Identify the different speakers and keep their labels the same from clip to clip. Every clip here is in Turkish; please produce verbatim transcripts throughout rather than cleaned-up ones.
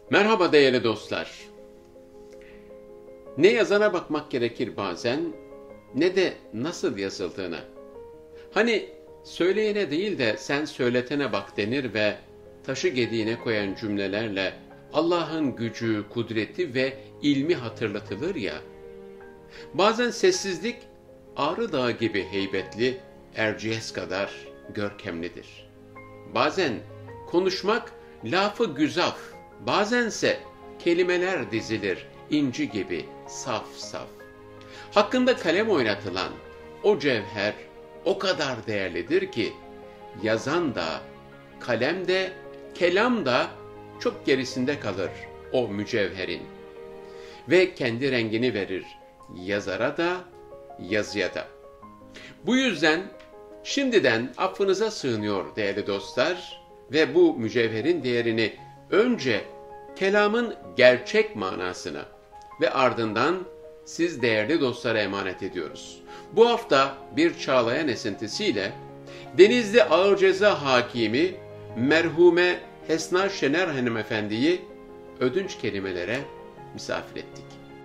Speaker 1: Merhaba değerli dostlar. Ne yazana bakmak gerekir bazen, ne de nasıl yazıldığına. Hani söyleyene değil de sen söyletene bak denir ve taşı gediğine koyan cümlelerle Allah'ın gücü, kudreti ve ilmi hatırlatılır ya. Bazen sessizlik Ağrı Dağı gibi heybetli, Erciyes kadar görkemlidir. Bazen konuşmak lafı güzaf, bazense kelimeler dizilir inci gibi saf saf. Hakkında kalem oynatılan o cevher o kadar değerlidir ki yazan da, kalem de, kelam da çok gerisinde kalır o mücevherin. Ve kendi rengini verir yazara da, yazıya da. Bu yüzden şimdiden affınıza sığınıyor değerli dostlar ve bu mücevherin değerini önce kelamın gerçek manasına ve ardından siz değerli dostlara emanet ediyoruz. Bu hafta bir çağlayan esintisiyle Denizli Ağır Ceza Hakimi merhume Hesna Şener hanımefendiyi ödünç kelimelere misafir ettik.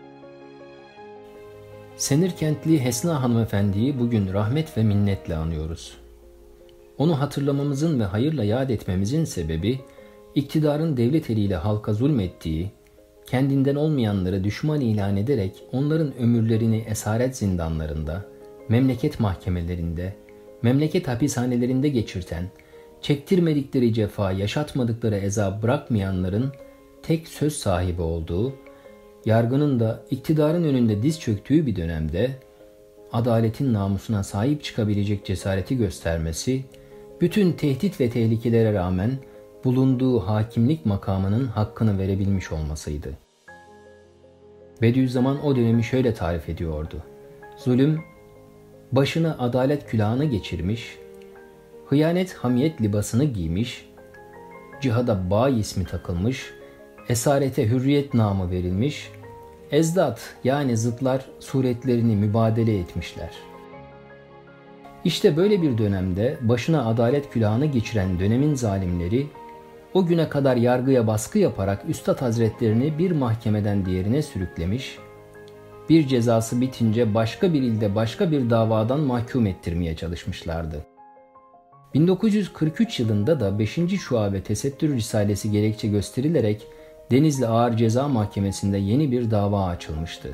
Speaker 2: Senirkentli Hesna hanımefendiyi bugün rahmet ve minnetle anıyoruz. Onu hatırlamamızın ve hayırla yad etmemizin sebebi, iktidarın devlet eliyle halka zulmettiği, kendinden olmayanları düşman ilan ederek onların ömürlerini esaret zindanlarında, memleket mahkemelerinde, memleket hapishanelerinde geçirten, çektirmedikleri cefa, yaşatmadıkları eza bırakmayanların tek söz sahibi olduğu, yargının da iktidarın önünde diz çöktüğü bir dönemde, adaletin namusuna sahip çıkabilecek cesareti göstermesi, bütün tehdit ve tehlikelere rağmen bulunduğu hakimlik makamının hakkını verebilmiş olmasıydı. Bediüzzaman o dönemi şöyle tarif ediyordu. Zulüm, başına adalet külahını geçirmiş, hıyanet hamiyet libasını giymiş, cihada bağ ismi takılmış, esarete hürriyet namı verilmiş, ezdat yani zıtlar suretlerini mübadele etmişler. İşte böyle bir dönemde başına adalet külahını geçiren dönemin zalimleri, o güne kadar yargıya baskı yaparak Üstad Hazretlerini bir mahkemeden diğerine sürüklemiş, bir cezası bitince başka bir ilde başka bir davadan mahkum ettirmeye çalışmışlardı. bin dokuz yüz kırk üç yılında da beşinci Şuabe Tesettür Risalesi gerekçe gösterilerek Denizli Ağır Ceza Mahkemesi'nde yeni bir dava açılmıştı.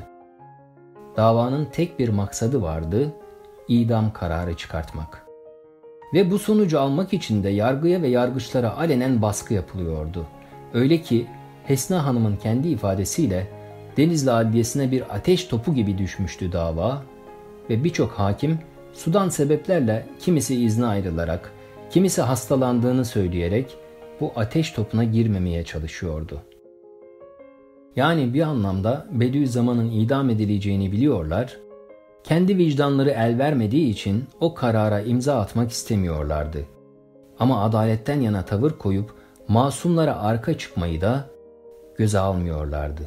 Speaker 2: Davanın tek bir maksadı vardı, idam kararı çıkartmak. Ve bu sonucu almak için de yargıya ve yargıçlara alenen baskı yapılıyordu. Öyle ki Hesna Hanım'ın kendi ifadesiyle Denizli Adliyesi'ne bir ateş topu gibi düşmüştü dava ve birçok hakim sudan sebeplerle kimisi izne ayrılarak, kimisi hastalandığını söyleyerek bu ateş topuna girmemeye çalışıyordu. Yani bir anlamda Bediüzzaman'ın idam edileceğini biliyorlar, kendi vicdanları el vermediği için o karara imza atmak istemiyorlardı. Ama adaletten yana tavır koyup masumlara arka çıkmayı da göze almıyorlardı.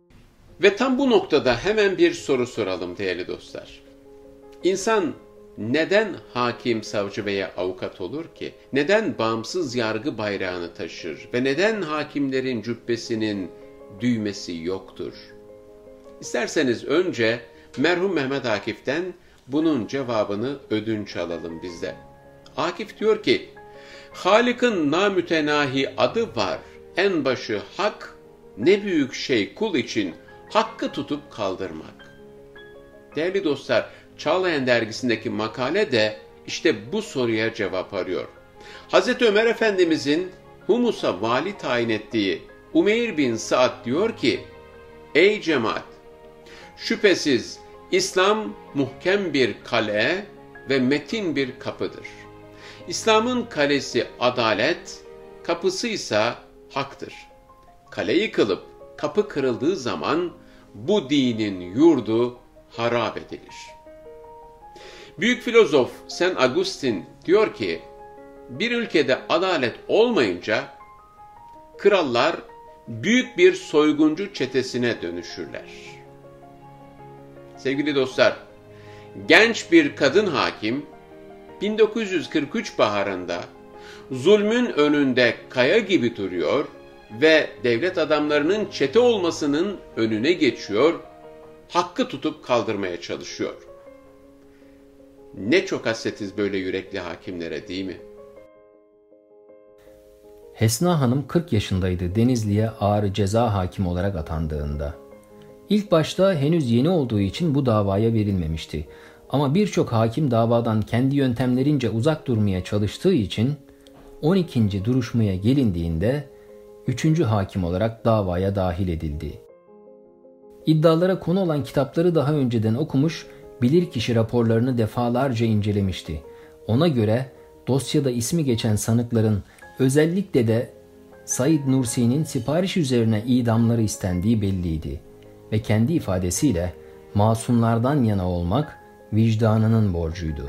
Speaker 1: Ve tam bu noktada hemen bir soru soralım değerli dostlar. İnsan neden hakim, savcı veya avukat olur ki? Neden bağımsız yargı bayrağını taşır? Ve neden hakimlerin cübbesinin düğmesi yoktur? İsterseniz önce merhum Mehmet Akif'ten bunun cevabını ödünç alalım bizde. Akif diyor ki, Halık'ın namütenahi adı var, en başı hak, ne büyük şey kul için hakkı tutup kaldırmak. Değerli dostlar, Çağlayan dergisindeki makale de işte bu soruya cevap arıyor. Hazreti Ömer Efendimizin Humus'a vali tayin ettiği Umeyr bin Saad diyor ki, ey cemaat, şüphesiz İslam muhkem bir kale ve metin bir kapıdır. İslam'ın kalesi adalet, kapısı ise haktır. Kale yıkılıp kapı kırıldığı zaman bu dinin yurdu harap edilir. Büyük filozof Saint Augustin diyor ki, bir ülkede adalet olmayınca krallar büyük bir soyguncu çetesine dönüşürler. Sevgili dostlar, genç bir kadın hakim bin dokuz yüz kırk üç baharında zulmün önünde kaya gibi duruyor ve devlet adamlarının çete olmasının önüne geçiyor, hakkı tutup kaldırmaya çalışıyor. Ne çok hasretiz böyle yürekli hakimlere, değil mi?
Speaker 2: Hesna Hanım kırk yaşındaydı Denizli'ye ağır ceza hakimi olarak atandığında. İlk başta henüz yeni olduğu için bu davaya verilmemişti. Ama birçok hakim davadan kendi yöntemlerince uzak durmaya çalıştığı için on ikinci duruşmaya gelindiğinde üçüncü hakim olarak davaya dahil edildi. İddialara konu olan kitapları daha önceden okumuş, bilirkişi raporlarını defalarca incelemişti. Ona göre dosyada ismi geçen sanıkların, özellikle de Said Nursi'nin sipariş üzerine idamları istendiği belliydi ve kendi ifadesiyle masumlardan yana olmak vicdanının borcuydu.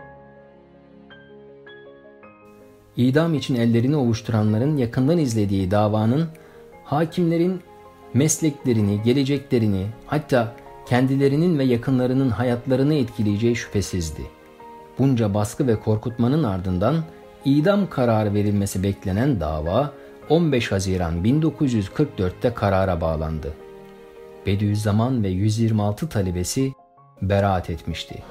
Speaker 2: İdam için ellerini ovuşturanların yakından izlediği davanın hakimlerin mesleklerini, geleceklerini, hatta kendilerinin ve yakınlarının hayatlarını etkileyeceği şüphesizdi. Bunca baskı ve korkutmanın ardından idam kararı verilmesi beklenen dava on beş Haziran bin dokuz yüz kırk dört'te karara bağlandı. Bediüzzaman ve yüz yirmi altı talebesi beraat etmişti.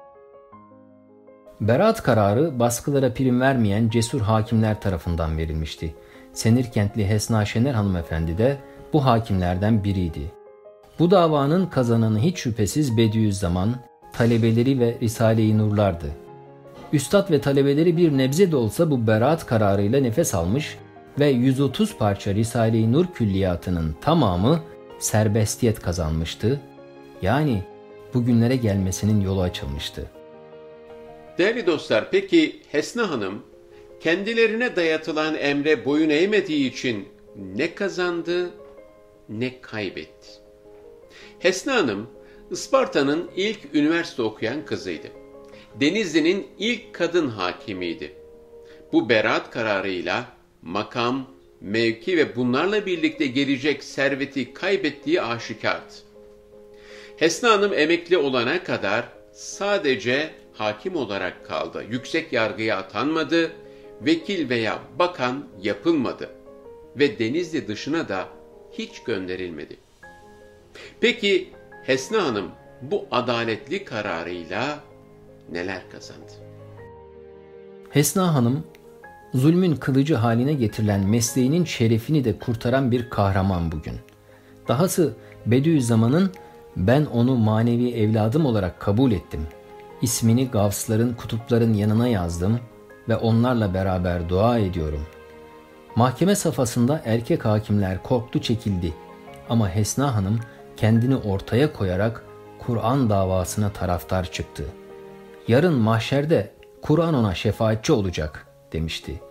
Speaker 2: Beraat kararı baskılara prim vermeyen cesur hakimler tarafından verilmişti. Senirkentli Hesna Şener hanımefendi de bu hakimlerden biriydi. Bu davanın kazananı hiç şüphesiz Bediüzzaman, talebeleri ve Risale-i Nurlardı. Üstad ve talebeleri bir nebze de olsa bu beraat kararıyla nefes almış ve yüz otuz parça Risale-i Nur külliyatının tamamı serbestiyet kazanmıştı. Yani bugünlere gelmesinin yolu açılmıştı.
Speaker 1: Değerli dostlar, peki Hesna Hanım kendilerine dayatılan emre boyun eğmediği için ne kazandı ne kaybetti? Hesna Hanım Isparta'nın ilk üniversite okuyan kızıydı. Denizli'nin ilk kadın hakimiydi. Bu beraat kararıyla makam, mevki ve bunlarla birlikte gelecek serveti kaybettiği aşikardı. Hesna Hanım emekli olana kadar sadece hakim olarak kaldı. Yüksek yargıya atanmadı, vekil veya bakan yapılmadı ve Denizli dışına da hiç gönderilmedi. Peki Hesna Hanım bu adaletli kararıyla neler kazandı?
Speaker 2: Hesna Hanım, zulmün kılıcı haline getirilen mesleğinin şerefini de kurtaran bir kahraman bugün. Dahası Bediüzzaman'ın "Ben onu manevi evladım olarak kabul ettim. İsmini gavsların, kutupların yanına yazdım ve onlarla beraber dua ediyorum." Mahkeme safhasında erkek hakimler korktu, çekildi. Ama Hesna Hanım kendini ortaya koyarak Kur'an davasına taraftar çıktı. "Yarın mahşerde Kur'an ona şefaatçi olacak," demişti.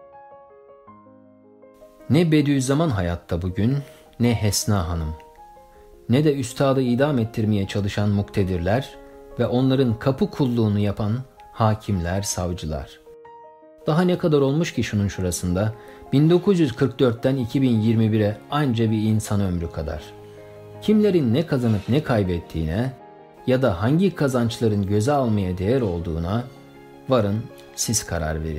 Speaker 2: Ne Bediüzzaman hayatta bugün, ne Hesna Hanım, ne de üstadı idam ettirmeye çalışan muktedirler ve onların kapı kulluğunu yapan hakimler, savcılar. Daha ne kadar olmuş ki şunun şurasında, bin dokuz yüz kırk dört'ten iki bin yirmi bir'e anca bir insan ömrü kadar. Kimlerin ne kazanıp ne kaybettiğine ya da hangi kazançların göze almaya değer olduğuna varın siz karar verin.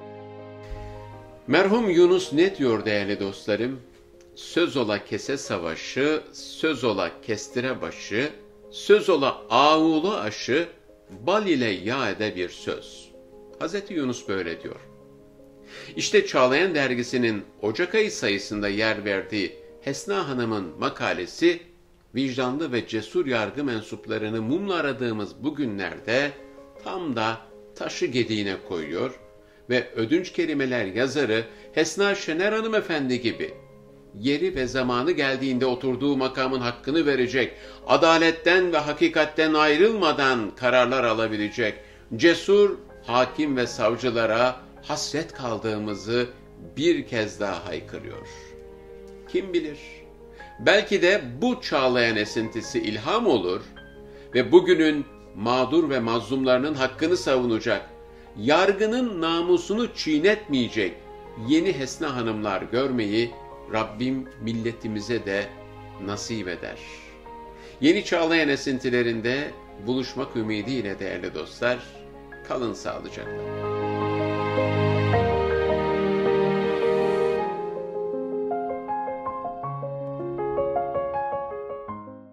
Speaker 1: Merhum Yunus ne diyor değerli dostlarım? Söz ola kese savaşı, söz ola kestire başı, söz ola ağulu aşı, bal ile yağ ede bir söz. Hazreti Yunus böyle diyor. İşte Çağlayan dergisinin Ocak ayı sayısında yer verdiği Hesna Hanım'ın makalesi, vicdanlı ve cesur yargı mensuplarını mumla aradığımız bu günlerde tam da taşı gediğine koyuyor ve ödünç kelimeler yazarı Hesna Şener hanımefendi gibi yeri ve zamanı geldiğinde oturduğu makamın hakkını verecek, adaletten ve hakikatten ayrılmadan kararlar alabilecek cesur hakim ve savcılara hasret kaldığımızı bir kez daha haykırıyor. Kim bilir, belki de bu Çağlayan esintisi ilham olur ve bugünün mağdur ve mazlumlarının hakkını savunacak, yargının namusunu çiğnetmeyecek yeni Hesna hanımlar görmeyi Rabbim milletimize de nasip eder. Yeni Çağlayan esintilerinde buluşmak ümidiyle değerli dostlar, kalın sağlıcakla.